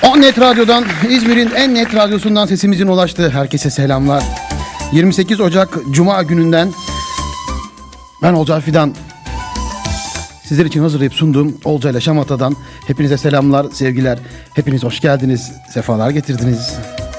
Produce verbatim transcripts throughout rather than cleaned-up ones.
on net Radyo'dan, İzmir'in en net radyosundan sesimizin ulaştığı herkese selamlar. yirmi sekiz Ocak Cuma gününden ben Olcay Fidan. Sizler için hazırlayıp sunduğum Olcay'la Şamata'dan hepinize selamlar, sevgiler. Hepiniz hoş geldiniz, sefalar getirdiniz.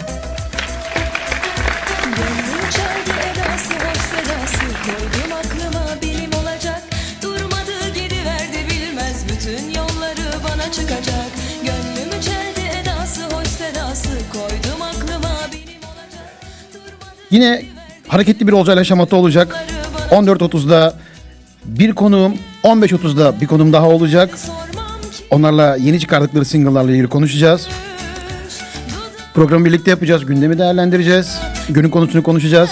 Yine hareketli bir Olcay'la Şamata olacak. on dört otuzda bir konuğum, on beş otuzda bir konuğum daha olacak. Onlarla yeni çıkardıkları single'larla ilgili konuşacağız. Programı birlikte yapacağız, gündemi değerlendireceğiz. Günün konusunu konuşacağız.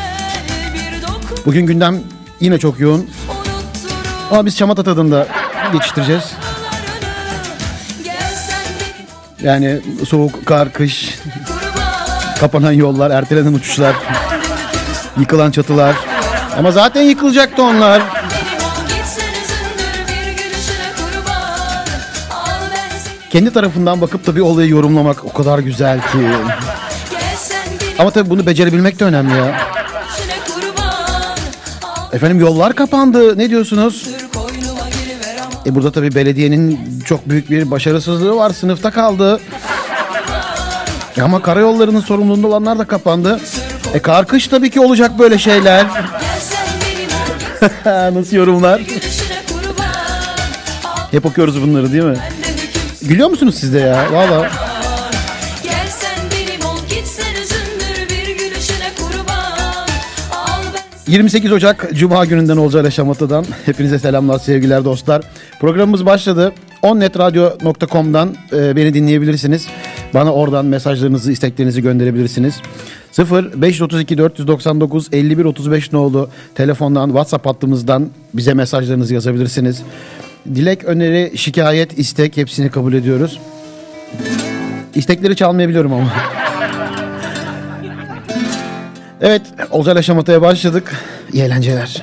Bugün gündem yine çok yoğun. Ama biz Şamata tadında geçiştireceğiz. Yani soğuk, kar, kış, kapanan yollar, ertelenen uçuşlar, yıkılan çatılar. Ama zaten yıkılacaktı onlar. Kendi tarafından bakıp da bir olayı yorumlamak o kadar güzel ki. Ama tabii bunu becerebilmek de önemli ya. Efendim yollar kapandı. Ne diyorsunuz? E burada tabii belediyenin çok büyük bir başarısızlığı var. Sınıfta kaldı. E ama karayollarının sorumluluğunda olanlar da kapandı. E kar kış tabii ki olacak böyle şeyler. Nasıl yorumlar? Hep okuyoruz bunları değil mi? Gülüyor musunuz siz de ya? Vallahi. yirmi sekiz Ocak Cuma gününden Olcay'la Şamata'dan hepinize selamlar, sevgiler dostlar. Programımız başladı. on net radyo nokta com'dan e, beni dinleyebilirsiniz. Bana oradan mesajlarınızı, isteklerinizi gönderebilirsiniz. sıfır beş otuz iki dört yüz doksan dokuz elli bir otuz beş nolu telefondan, WhatsApp hattımızdan bize mesajlarınızı yazabilirsiniz. Dilek, öneri, şikayet, istek hepsini kabul ediyoruz. İstekleri çalmayabiliyorum ama. Evet, Olcay'la Şamata'ya başladık. İyi eğlenceler.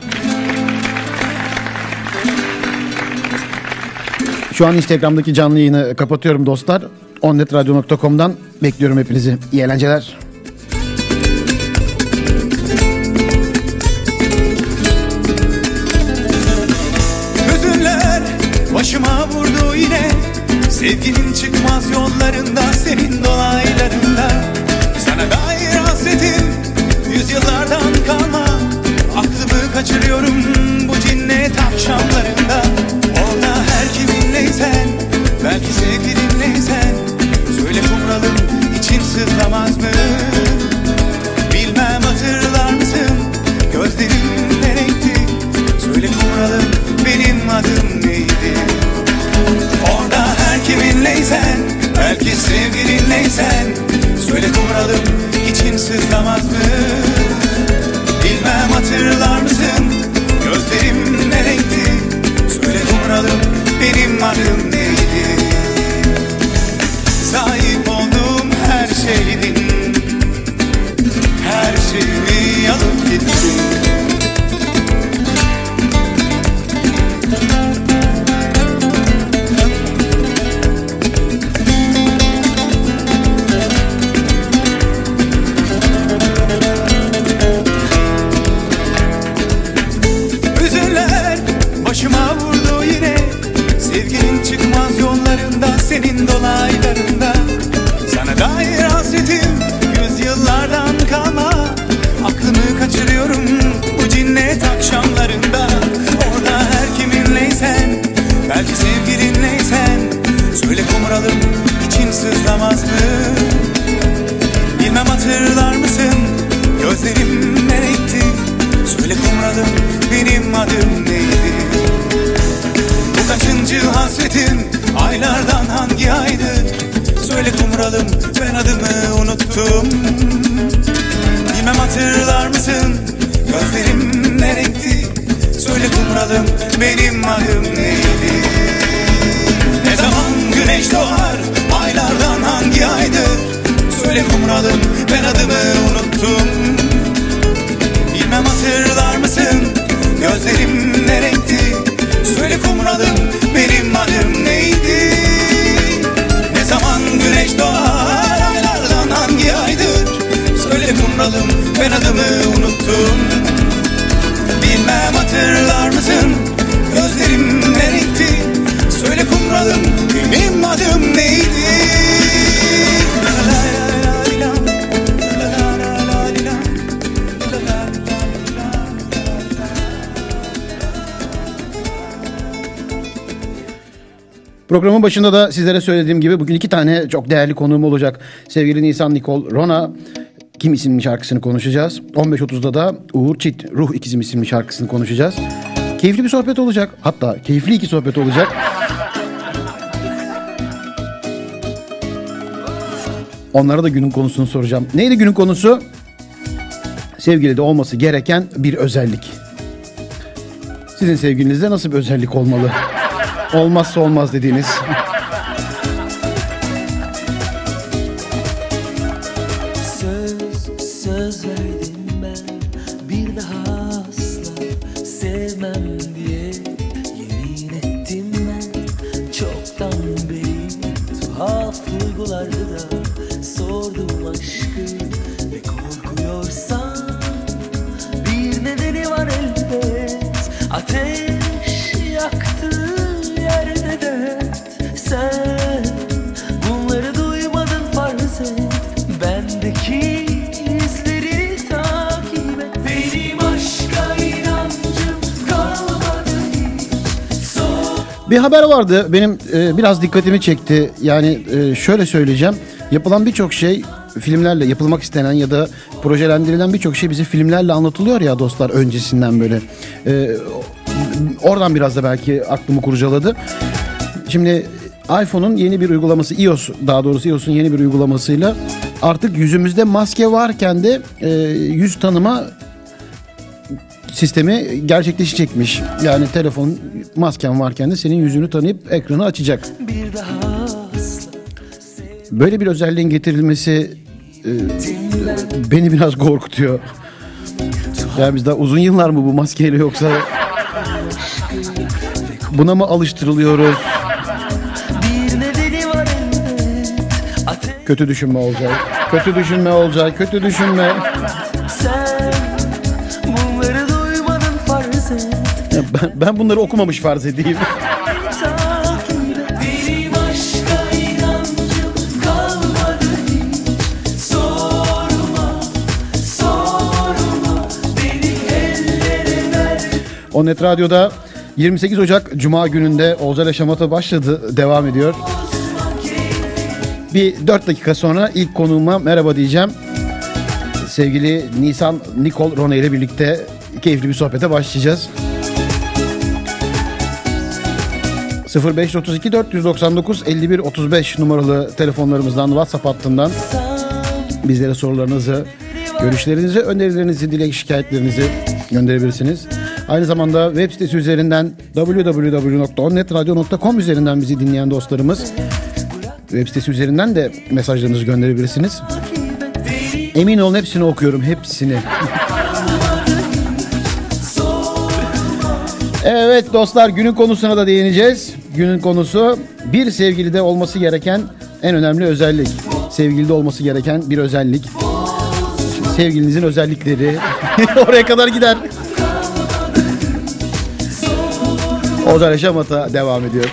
Şu an Instagram'daki canlı yayını kapatıyorum dostlar. on net radyo nokta com'dan bekliyorum hepinizi. İyi eğlenceler. Hüzünler başıma vurdu yine. Sevginin çıkmaz yollarında, senin dolaylarında. Sana dair hasretim yüzyıllardan kalma. Aklımı kaçırıyorum bu cinnet akşamlarında. Orada her kiminleysen, belki sevgilinleysen, söyle kumralım için sızlamaz mı? Bilmem hatırlar mısın? Gözlerim ne renkti? Söyle kumralım benim adım neydi? Orada her kiminleysen, belki sevgilinleysen, söyle kumralım için sızlamaz mı? Bilmem hatırlar mısın? Gözlerim ne renkti? Söyle kumralım benim adım neydi? Sahip olduğum her şeydin, her şeyimi alıp gittin. Başıma vurdu yine. Sevginin çıkmaz yollarında, senin dolaylarında. Sana dair hasretim yüzyıllardan kalma. Aklımı kaçırıyorum bu cinnet akşamlarında. Orada her kiminleysen, belki sevgilinleysen, söyle kumralım için sızlamaz mı? Bilmem hatırlar mısın? Gözlerim ne renkti? Söyle kumralım benim adım neydi? Bu kaçıncı hasretim, aylardan hangi aydı? Söyle kumralım ben adımı unuttum. Bilmem hatırlar mısın? Gözlerim ne renkti? Söyle kumralım benim adım neydi? Ne zaman güneş doğar, aylardan hangi aydı? Söyle kumralım ben adımı unuttum. Bilmem hatırlar mısın? Gözlerim ne renkti? Söyle kumralım benim adım neydi? Ne zaman Programın başında da sizlere söylediğim gibi bugün iki tane çok değerli konuğum olacak. Sevgili Nisan Nicole Rona Kim isimli şarkısını konuşacağız. on beş otuzda da Uğur Çit Ruh İkizim isimli şarkısını konuşacağız. Keyifli bir sohbet olacak. Hatta keyifli iki sohbet olacak. Onlara da günün konusunu soracağım. Neydi günün konusu? Sevgilide olması gereken bir özellik. Sizin sevgilinizde nasıl bir özellik olmalı? Olmazsa olmaz dediğiniz. Söz, söz verdim ben bir daha asla sevmem diye yemin ettim ben çoktan beri tuhaf duygularda da sordum aşkı ve korkuyorsan bir nedeni var elbet ateş yaktığı yerde de sen bunları duymadın farz et bendeki izleri takip et benim aşka inancım kalmadı hiç son. Bir haber vardı benim e, biraz dikkatimi çekti. Yani e, şöyle söyleyeceğim. Yapılan birçok şey filmlerle yapılmak istenen ya da projelendirilen birçok şey bize filmlerle anlatılıyor ya dostlar öncesinden böyle. E, oradan biraz da belki aklımı kurcaladı. Şimdi iPhone'un yeni bir uygulaması iOS daha doğrusu iOS'un yeni bir uygulamasıyla artık yüzümüzde maske varken de e, yüz tanıma sistemi gerçekleşecekmiş. Yani telefon masken varken de senin yüzünü tanıyıp ekranı açacak. Bir daha asla Böyle bir özelliğin getirilmesi e, beni biraz korkutuyor. Yani biz daha uzun yıllar mı bu maskeyle yoksa buna mı alıştırılıyoruz? bir nedeni var elbet ateş Kötü düşünme olacak. Kötü düşünme olacak. Kötü düşünme. sen bunları duymadın farz et Ya Ben, ben bunları okumamış farz edeyim. takip et benim aşka inancım kalmadı hiç sorma sorma beni ellere ver. Onnet Radyo'da yirmi sekiz Ocak Cuma gününde Olcay Şamata başladı. Devam ediyor. Bir dört dakika sonra ilk konuğuma merhaba diyeceğim. Sevgili Nisan Nicole Rona ile birlikte keyifli bir sohbete başlayacağız. sıfır beş otuz iki dört yüz doksan dokuz elli bir otuz beş numaralı telefonlarımızdan WhatsApp hattından bizlere sorularınızı, görüşlerinizi, önerilerinizi, dilek şikayetlerinizi gönderebilirsiniz. Aynı zamanda web sitesi üzerinden double-u double-u double-u nokta onnetradio nokta com üzerinden bizi dinleyen dostlarımız web sitesi üzerinden de mesajlarınızı gönderebilirsiniz. Emin olun hepsini okuyorum, hepsini. Evet dostlar, günün konusuna da değineceğiz. Günün konusu bir sevgilide olması gereken en önemli özellik. Sevgilide olması gereken bir özellik. Sevgilinizin özellikleri. Oraya kadar gider. Olcay Şamata devam ediyor.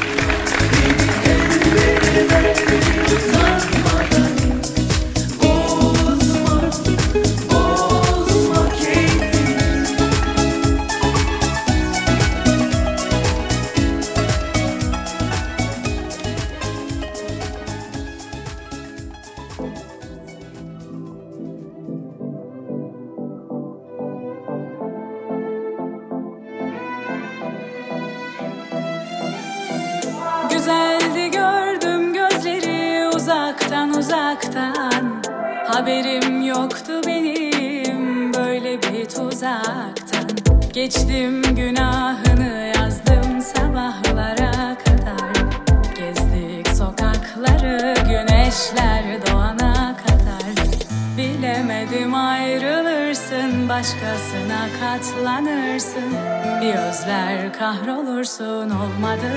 Güzeldi gördüm gözleri uzaktan uzaktan. Haberim yoktu benim böyle bir tuzaktan. Geçtim günahını yazdım sabahlara kadar. Gezdik sokakları güneşler doğana kadar. Bilemedim ayrılırsın başkasına katlanırsın. Bir özler kahrolursun olmadı.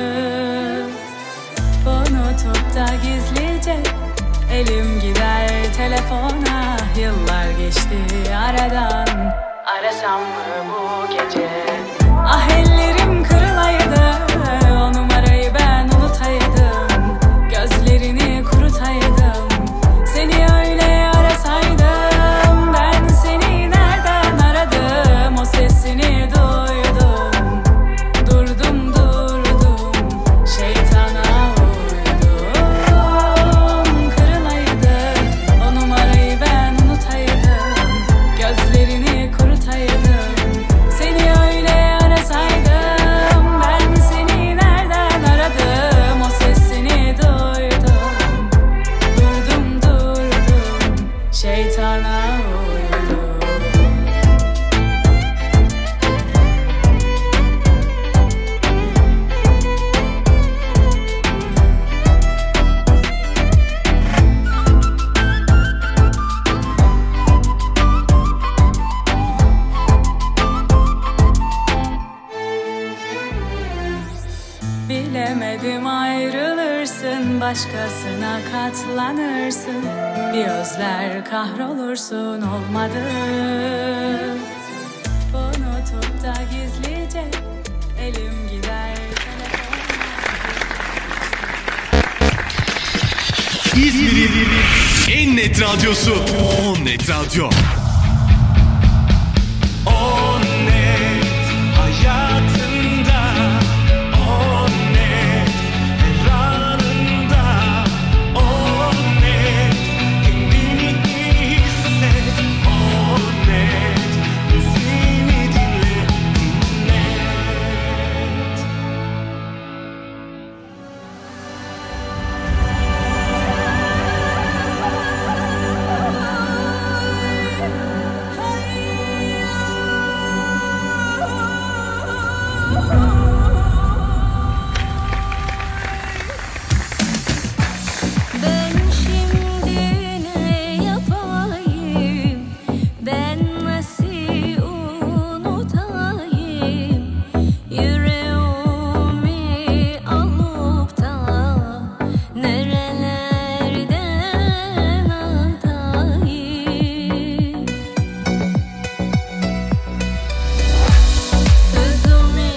Unutup da gizlice elim gider telefona. Yıllar geçti aradan, arasam mı bu gece? Ah ellerim kırılaydı, o numarayı ben unutaydım. Gözlerini kurutaydım, seni öyle arasaydım. Ben seni nereden aradım, o sesini duydum. Durdum durdum, şeytan başkasına katlanırsın, bir özler kahrolursun, olmadı. Unutup da gizlice elim gider İzmir'in en net radyosu On Net Radyo. On net hayatında, on net her anında, on net kendini hisset, on net müziğini dinle, dinle. Ben şimdi ne yapayım? Ben nasıl unutayım? Yüreğimi alıp da nerelerden atayım? Sözümü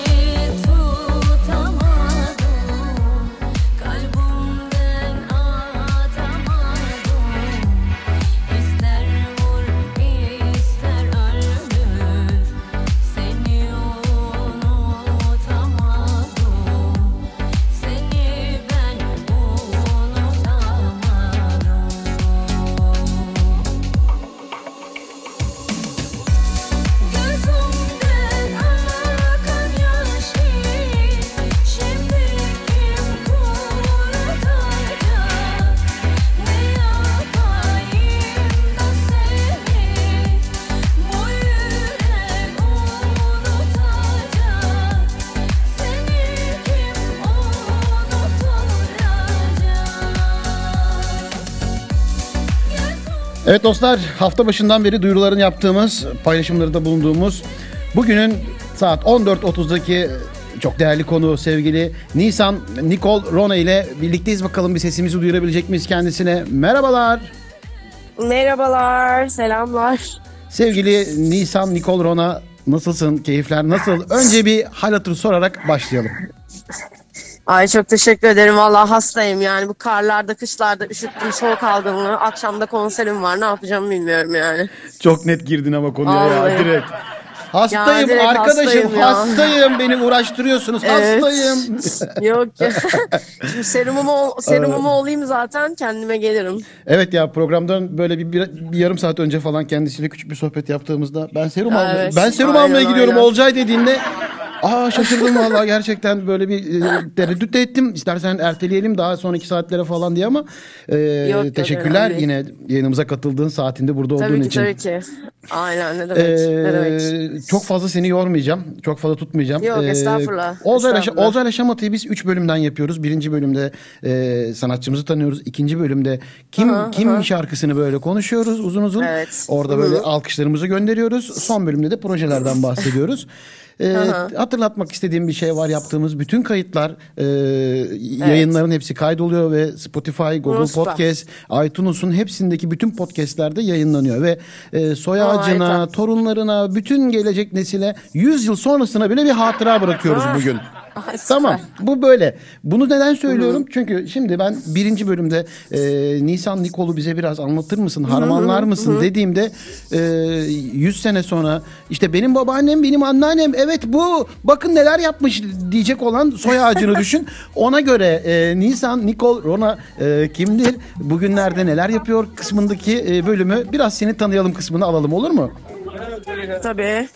tutamadım, kalbimden atamadım. İster vur, ister öldür, seni unutamadım. Seni ben unutamadım. Gözümden akan yaşı şimdi kim kurtaracak? Ne yapayım da seni bu yürek unutacak? Seni kim unutturacak? Evet dostlar, hafta başından beri duyurularını yaptığımız, paylaşımları da bulunduğumuz bugünün saat on dört otuzdaki çok değerli konu sevgili Nisan Nicole Rona ile birlikteyiz. Bakalım bir sesimizi duyurabilecek miyiz kendisine? Merhabalar. Merhabalar, selamlar. Sevgili Nisan Nicole Rona, nasılsın? Keyifler nasıl? Önce bir hal hatır sorarak başlayalım. Ay çok teşekkür ederim. Vallahi hastayım yani bu karlarda, kışlarda üşüttüm, soğuk algınlığı. Akşamda konserim var. Ne yapacağım bilmiyorum yani. Çok net girdin ama konuya ya Vallahi. direkt. Hastayım direkt arkadaşım, hastayım ya. hastayım. Beni uğraştırıyorsunuz. Evet. Hastayım. Yok ya. Şimdi serumumu, ol- serumumu olayım zaten kendime gelirim. Evet ya, programdan böyle bir, bir, bir yarım saat önce falan kendisiyle küçük bir sohbet yaptığımızda ben serum almaya, Evet, ben serum aynen, almaya gidiyorum aynen. Olcay dediğinde aa şaşırdım vallahi, gerçekten böyle bir e, tereddüt de ettim. İstersen erteleyelim daha sonraki saatlere falan diye ama e, yok, teşekkürler önemli. yine yayınımıza katıldığın saatinde burada olduğun Tabii ki için. tabii ki. Aynen ne demek. Ee, ne demek. çok fazla seni yormayacağım. Çok fazla tutmayacağım. Yok, estağfurullah, Olcayla, estağfurullah. Olcayla Şamata'yı biz üç bölümden yapıyoruz. Birinci bölümde e, sanatçımızı tanıyoruz. İkinci bölümde kim Aha, kim aha. şarkısını böyle konuşuyoruz uzun uzun. Evet. Orada böyle alkışlarımızı gönderiyoruz. Son bölümde de projelerden bahsediyoruz. Ee, Aha. hatırlatmak istediğim bir şey var. Yaptığımız bütün kayıtlar, e, yayınların hepsi kaydoluyor ve Spotify, Google Süper. Podcast, iTunes'un hepsindeki bütün podcastlerde yayınlanıyor ve e, soy Aa, ağacına, harika. torunlarına, bütün gelecek nesile yüz yıl sonrasına bile bir hatıra bırakıyoruz bugün. Ay, süper. Tamam, bu böyle. Bunu neden söylüyorum? Çünkü şimdi ben birinci bölümde e, Nisan Nikol'u bize biraz anlatır mısın, harmanlar mısın dediğimde e, yüz sene sonra işte benim babaannem, benim anneannem, evet bu, bakın neler yapmış diyecek olan soy ağacını düşün. Ona göre e, Nisan Nicole Rona e, kimdir, bugünlerde neler yapıyor kısmındaki e, bölümü biraz seni tanıyalım kısmını alalım, olur mu? Tabii.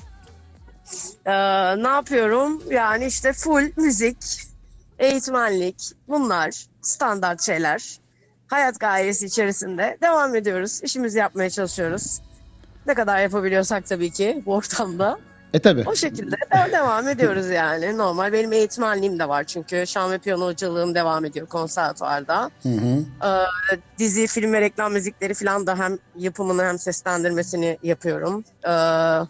Ee, ne yapıyorum? Yani işte full müzik, eğitmenlik, bunlar standart şeyler. Hayat gayesi içerisinde devam ediyoruz. İşimizi yapmaya çalışıyoruz. Ne kadar yapabiliyorsak tabii ki bu ortamda. E tabi. O şekilde de- devam ediyoruz yani. Normal benim eğitmenliğim de var çünkü şan ve piyano hocalığım devam ediyor konservatuvarda. Hı hı. Ee, dizi, film ve reklam müzikleri falan da hem yapımını hem seslendirmesini yapıyorum. Ee,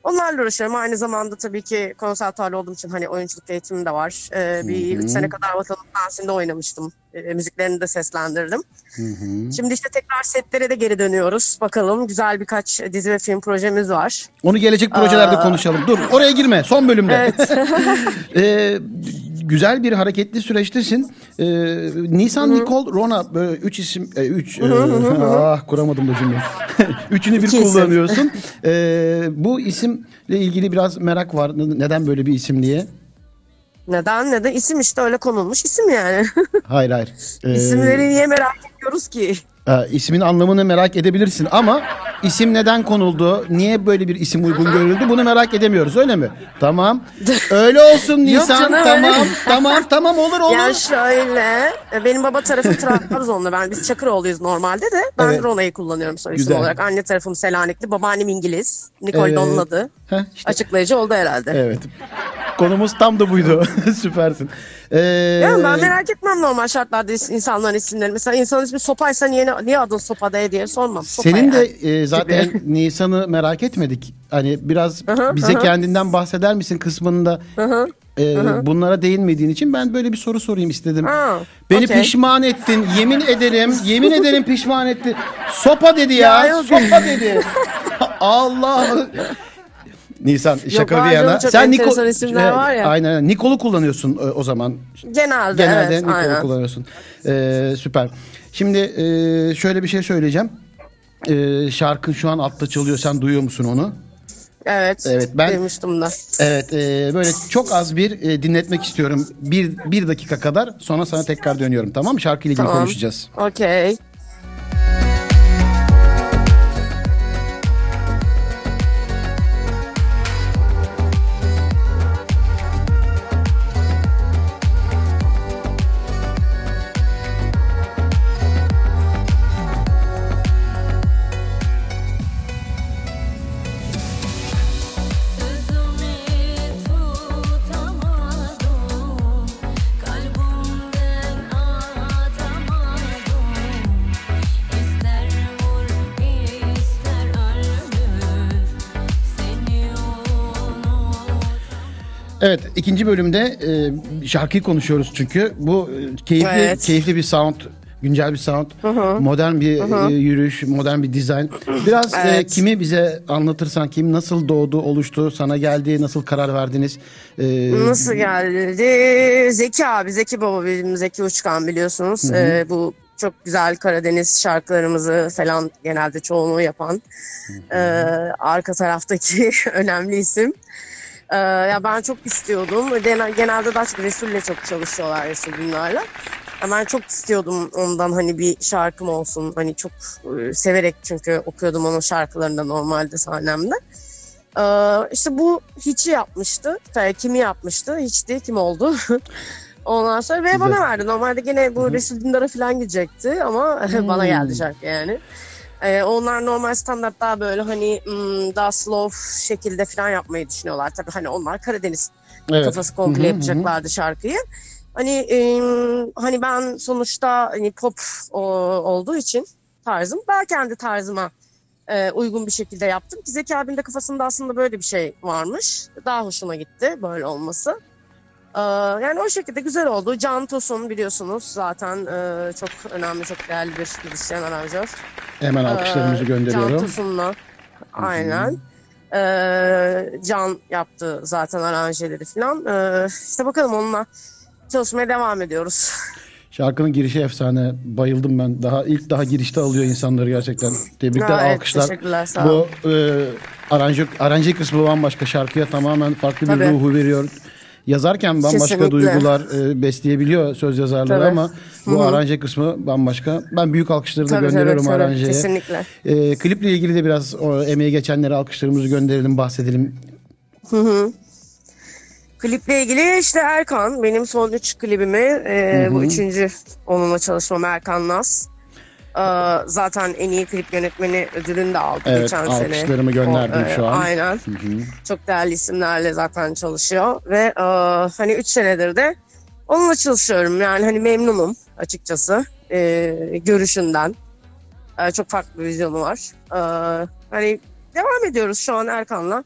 Onlarla uğraşıyorum. Aynı zamanda tabii ki konservatuarlı olduğum için hani oyunculuk eğitimim de var. Ee, bir üç sene kadar Vatanın Dansı'nda oynamıştım. Ee, müziklerini de seslendirdim. Şimdi işte tekrar setlere de geri dönüyoruz. Bakalım, güzel birkaç dizi ve film projemiz var. Onu gelecek projelerde konuşalım. Dur, oraya girme. Son bölümde. Ee, güzel bir hareketli süreçtesin. Ee, Nisan, Nicole, Rona, böyle üç isim, e, üç, e, ah kuramadım da cümleyi. Üçünü bir İki isim. kullanıyorsun. Ee, bu isimle ilgili biraz merak var. Neden böyle bir isim diye? Neden? Neden? İsim işte öyle konulmuş isim yani. Hayır hayır. Ee, İsimleri niye merak ediyoruz ki? e, ismin anlamını merak edebilirsin ama isim neden konuldu? Niye böyle bir isim uygun görüldü? Bunu merak edemiyoruz, öyle mi? Tamam. Öyle olsun Nisan. canım, tamam. öyle. Tamam tamam olur olur. Yani şöyle, e, benim baba tarafım Trabzonlu. Ben biz Çakıroğlu'yuz normalde de. Ben Evet. Rona'yı kullanıyorum soy isim Güzel. olarak. Anne tarafım Selanikli, babaannem İngiliz. Nicole Evet. de onun adı. Heh, işte. Açıklayıcı oldu herhalde. Evet. Konumuz tam da buydu. Süpersin. Ee, Yani ben merak etmem normal şartlarda is- insanların isimleri. Mesela insanın ismi Sopaysa niye, niye adın Sopa diye diye sormam. Sopa Senin de yani. e, zaten Nisan'ı merak etmedik. Hani biraz bize kendinden bahseder misin kısmında e, bunlara değinmediğin için ben böyle bir soru sorayım istedim. Ha, Beni okey. pişman ettin. Yemin ederim, yemin ederim pişman etti. Sopa dedi ya. Ya yok. Sopa dedi. Allah. Nisan şaka var bir yana. canım, çok enteresan Niko- isimler var ya. Aynen. Nikol'u kullanıyorsun e, o zaman. Genelde, Genelde evet. Nikol'u Aynen. kullanıyorsun. Ee, süper. Şimdi e, şöyle bir şey söyleyeceğim. Ee, şarkın şu an altta çalıyor. Sen duyuyor musun onu? Evet. Evet, ben- Duymuştum da. Evet. e, böyle çok az bir e, dinletmek istiyorum. Bir, bir dakika kadar. Sonra sana tekrar dönüyorum. Tamam mı? Şarkıyla ilgili Tamam. konuşacağız. Okey. Sözümü tutamadım, kalbimden atamadım. İster vur ister öldür, seni unut. Evet, ikinci bölümde e, şarkıyı konuşuyoruz çünkü. Bu e, keyifli Evet. keyifli bir sound, güncel bir sound, modern bir e, yürüyüş, modern bir dizayn. Biraz e, Evet. kimi bize anlatırsan, kim nasıl doğdu, oluştu, sana geldi, nasıl karar verdiniz? E, Nasıl geldi? Zeki abi, Zeki Baba bizim Zeki Uçkan biliyorsunuz. Ee, bu çok güzel Karadeniz şarkılarımızı falan genelde çoğunluğu yapan ee, arka taraftaki önemli isim. Ee, ya ben çok istiyordum. Genel- Genelde daha çok Resul'le çok çalışıyorlar, Resul Günler'le. Ya ben çok istiyordum ondan hani bir şarkım olsun. Hani çok e, severek çünkü okuyordum onun şarkılarını da normalde sahnemde. Ee, işte bu Hiç'i yapmıştı. Tabii kimi yapmıştı? Hiç'ti. Kim oldu? Ondan sonra ve bana verdi. Normalde gene bu Resul Dündar'a falan gidecekti ama bana geldi şarkı yani. Ee, onlar normal standart daha böyle hani hmm, daha slow şekilde falan yapmayı düşünüyorlar. Tabii hani onlar Karadeniz evet. kafası komple Hı hı, yapacaklardı şarkıyı. Hani e, hani ben sonuçta hani pop o, olduğu için tarzım, ben kendi tarzıma e, uygun bir şekilde yaptım. Ki Zeki abinin de kafasında aslında böyle bir şey varmış. Daha hoşuma gitti böyle olması. Ee, yani o şekilde güzel oldu. Can Tosun biliyorsunuz zaten e, çok önemli, çok değerli bir müzisyen, aranjör. Hemen alkışlarımızı Ee, gönderiyorum. Can Tosun'la aynen. Ee, Can yaptı zaten aranjeleri falan. Ee, işte bakalım onunla çalışmaya devam ediyoruz. Şarkının girişi efsane. Bayıldım ben. Daha ilk daha girişte alıyor insanları gerçekten. Tebrikler, Evet, alkışlar. teşekkürler, sağ olun. Bu e, aranjö, aranje kısmı bambaşka, şarkıya tamamen farklı bir Tabii. ruhu veriyor. Yazarken bambaşka Kesinlikle. duygular e, besleyebiliyor söz yazarları Tabii. ama bu aranje kısmı bambaşka. Ben büyük alkışları da Tabii, gönderiyorum tabii, tabii. aranjeye. Kesinlikle. E, kliple ilgili de biraz o emeği geçenlere alkışlarımızı gönderelim, bahsedelim. Kliple ilgili işte Erkan, benim son üç klibimi, e, bu üçüncü onunla çalışmam Erkan Naz. Ee, zaten en iyi klip yönetmeni ödülünü de aldı Evet, geçen sene. alkışlarımı gönderdim O, e, şu an. Aynen. Çok değerli isimlerle zaten çalışıyor ve e, hani üç senedir de onunla çalışıyorum. Yani hani memnunum açıkçası e, görüşünden. E, çok farklı bir vizyonu var. E, hani devam ediyoruz şu an Erkan'la.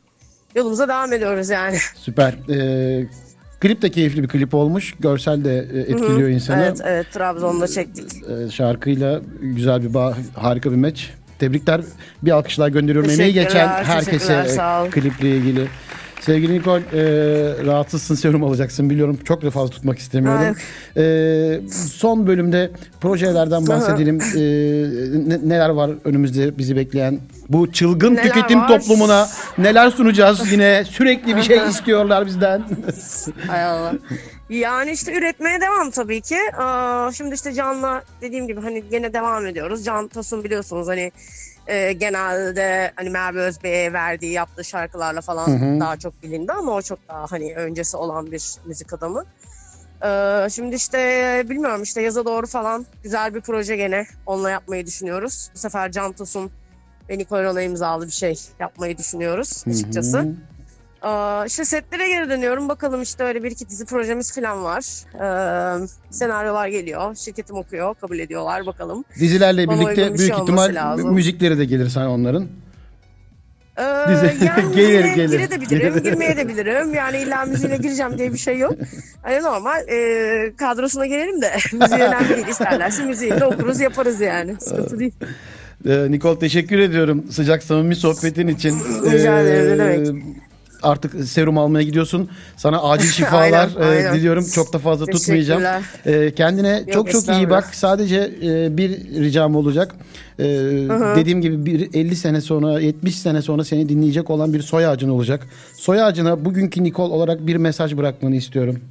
yolumuza devam ediyoruz yani. Süper. Ee, klip de keyifli bir klip olmuş. Görsel de e, etkiliyor insanı. Evet, evet, Trabzon'da çektik. Ee, şarkıyla güzel bir bağ, harika bir meç. Tebrikler. Bir alkış daha gönderiyorum. Emeği geçen Teşekkürler, herkese teşekkürler, sağ ol. e, kliple ilgili. Sevgili Nikol, e, rahatsızsın, serum alacaksın biliyorum. Çok da fazla tutmak istemiyorum. E, son bölümde projelerden bahsedelim. E, ne- neler var önümüzde bizi bekleyen? Bu çılgın Neler tüketim var? toplumuna neler sunacağız yine? Sürekli bir şey istiyorlar bizden. Hay Allah. Yani işte üretmeye devam tabii ki. Aa, şimdi işte Can'la dediğim gibi hani gene devam ediyoruz. Can Tosun biliyorsunuz hani e, genelde hani Merve Özbey'e verdiği yaptığı şarkılarla falan daha çok bilindi ama o çok daha hani öncesi olan bir müzik adamı. Ee, şimdi işte bilmiyorum işte yaza doğru falan güzel bir proje gene onunla yapmayı düşünüyoruz. Bu sefer Can Tosun ve Nicole Rona imzalı bir şey yapmayı düşünüyoruz açıkçası. Ee, işte setlere geri dönüyorum. Bakalım işte öyle bir iki dizi projemiz falan var. Ee, senaryolar geliyor. Şirketim okuyor. Kabul ediyorlar. Bakalım. Dizilerle Bana birlikte uygun bir büyük şey ihtimal olması lazım. müzikleri de gelir sana onların. Ee, Dizi- yani Gelir, yine gelir. girebilirim, girmeyebilirim. Yani illa müziğine gireceğim diye bir şey yok. Hani normal e, kadrosuna gelelim de müziği önemli değil. İsterlerse müziğini de okuruz yaparız yani. Sıkıntı değil. Ee, Nikol teşekkür ediyorum sıcak samimi sohbetin için. Rica ederim, ne Ee, demek. Artık serum almaya gidiyorsun. Sana acil şifalar Aynen, e, aynen. diliyorum. Çok da fazla tutmayacağım. Ee, kendine çok çok iyi estağfurullah. bak. Sadece e, bir ricam olacak. Ee, dediğim gibi bir elli sene sonra, yetmiş sene sonra seni dinleyecek olan bir soy ağacın olacak. Soy ağacına bugünkü Nikol olarak bir mesaj bırakmanı istiyorum.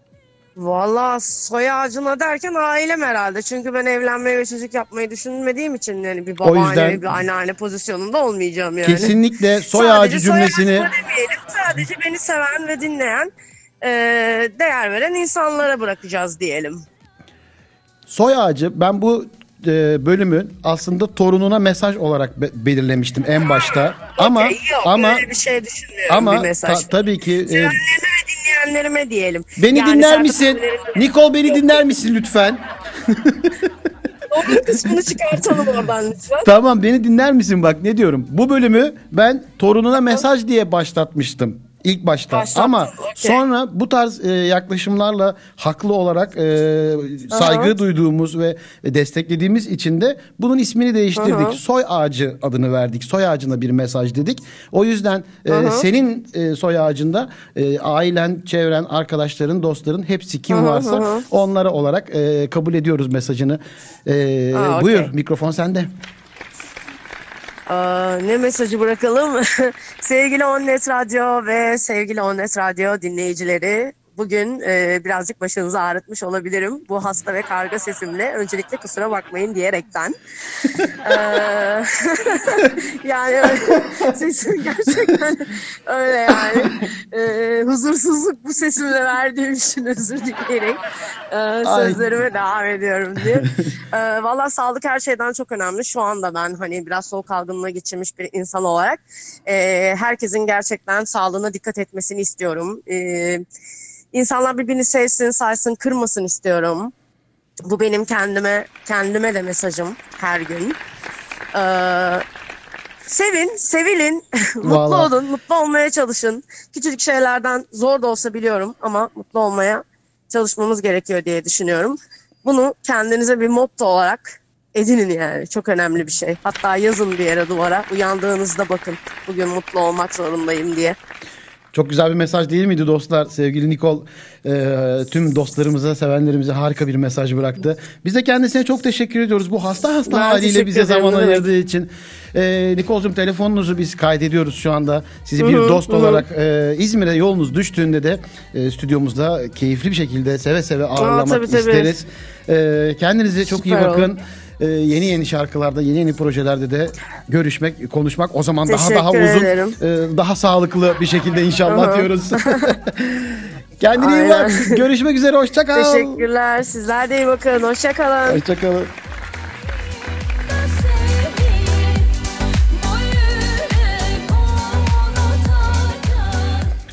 Valla soy ağacına derken ailem herhalde. Çünkü ben evlenmeyi ve çocuk yapmayı düşünmediğim için yani bir babaanne yüzden- ve bir anneanne pozisyonunda olmayacağım yani. Kesinlikle soy Sadece ağacı soy cümlesini ağacına demeyelim, sadece beni seven ve dinleyen, e, değer veren insanlara bırakacağız diyelim. soy ağacı ben bu e, bölümü aslında torununa mesaj olarak be- belirlemiştim en başta. Ama Okey, yok, ama öyle bir şey düşünmüyorum, ama bir mesaj. ta- tabii ki e, Sevenlerime ve dinleyenlerime diyelim. beni Yani dinler şarkı misin? sözlerimde- Nikol beni dinler misin lütfen? Onun kısmını çıkartalım oradan lütfen. Tamam beni dinler misin bak ne diyorum. Bu bölümü ben torununa mesaj diye başlatmıştım. İlk başta Başlattın, ama okey. sonra bu tarz e, yaklaşımlarla haklı olarak e, saygı duyduğumuz ve desteklediğimiz için de bunun ismini değiştirdik. Soy ağacı adını verdik. Soy ağacına bir mesaj dedik. O yüzden e, senin e, soy ağacında e, ailen, çevren, arkadaşların, dostların hepsi kim varsa onlara olarak e, kabul ediyoruz mesajını. E, Aa, okey. Buyur mikrofon sende. Aa, ne mesajı bırakalım? Sevgili Onnet Radyo ve sevgili Onnet Radyo dinleyicileri, bugün e, birazcık başınızı ağrıtmış olabilirim. Bu hasta ve karga sesimle öncelikle kusura bakmayın diyerekten. Ee, yani öyle, sesim gerçekten öyle yani. Ee, huzursuzluk bu sesimle verdiğim için özür dileyerek e, sözlerime devam ediyorum diye. Ee, Valla sağlık her şeyden çok önemli. Şu anda ben hani biraz soğuk algınlığı geçirmiş bir insan olarak e, herkesin gerçekten sağlığına dikkat etmesini istiyorum. E, İnsanlar birbirini sevsin, saysın, kırmasın istiyorum. Bu benim kendime kendime de mesajım her gün. Ee, sevin, sevilin, mutlu Vallahi. olun, mutlu olmaya çalışın. Küçücük şeylerden zor da olsa biliyorum ama mutlu olmaya çalışmamız gerekiyor diye düşünüyorum. Bunu kendinize bir motto olarak edinin yani. Çok önemli bir şey. Hatta yazın bir yere duvara. Uyandığınızda bakın bugün mutlu olmak zorundayım diye. Çok güzel bir mesaj değil miydi dostlar? Sevgili Nikol e, tüm dostlarımıza, sevenlerimize harika bir mesaj bıraktı. Biz de kendisine çok teşekkür ediyoruz. Bu hasta hasta Ben haliyle teşekkür bize ederim, zaman ne demek. ayırdığı için. E, Nikol'cum telefonunuzu biz kaydediyoruz şu anda. Sizi bir dost olarak e, İzmir'e yolunuz düştüğünde de e, stüdyomuzda keyifli bir şekilde seve seve ağırlamak tabii, tabii. isteriz. E, kendinize çok iyi Süper bakın. E, yeni yeni şarkılarda, yeni yeni projelerde de görüşmek, konuşmak o zaman daha daha Teşekkür uzun, ederim. e, daha sağlıklı bir şekilde inşallah diyoruz. Kendine iyi bak. Aynen. Görüşmek üzere. Hoşça kal. Teşekkürler. Sizler de iyi bakın. Hoşça kalın. Hoşça kalın.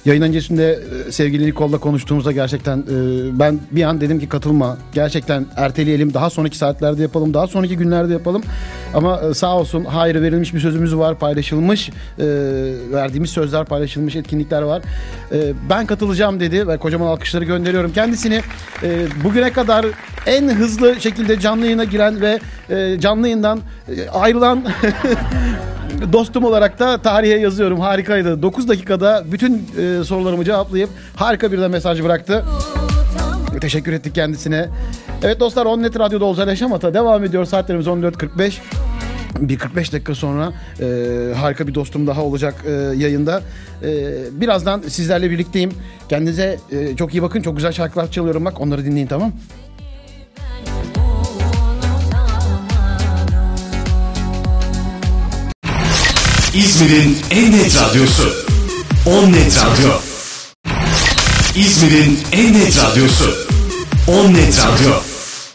Yayın öncesinde e, sevgili Nicole'la konuştuğumuzda gerçekten e, ben bir an dedim ki katılma. Gerçekten erteleyelim. Daha sonraki saatlerde yapalım. Daha sonraki günlerde yapalım. Ama e, sağ olsun hayır verilmiş bir sözümüz var. Paylaşılmış. E, verdiğimiz sözler paylaşılmış. Etkinlikler var. E, ben katılacağım dedi ve kocaman alkışları gönderiyorum. Kendisini e, bugüne kadar en hızlı şekilde canlı yayına giren ve e, canlı yayından e, ayrılan dostum olarak da tarihe yazıyorum. Harikaydı. dokuz dakikada bütün e, sorularımı cevaplayıp harika bir de mesaj bıraktı. Teşekkür ettik kendisine. Evet dostlar, On Net Radyo'da Olcay Yaşamat'a devam ediyor. Saatlerimiz on dört kırk beş. Bir kırk beş dakika sonra e, harika bir dostum daha olacak e, yayında. E, birazdan sizlerle birlikteyim. Kendinize e, çok iyi bakın. Çok güzel şarkılar çalıyorum bak. Onları dinleyin, tamam? İzmir'in en net radyosu On Net Radyo. İzmir'in en net radyosu On Net Radyo.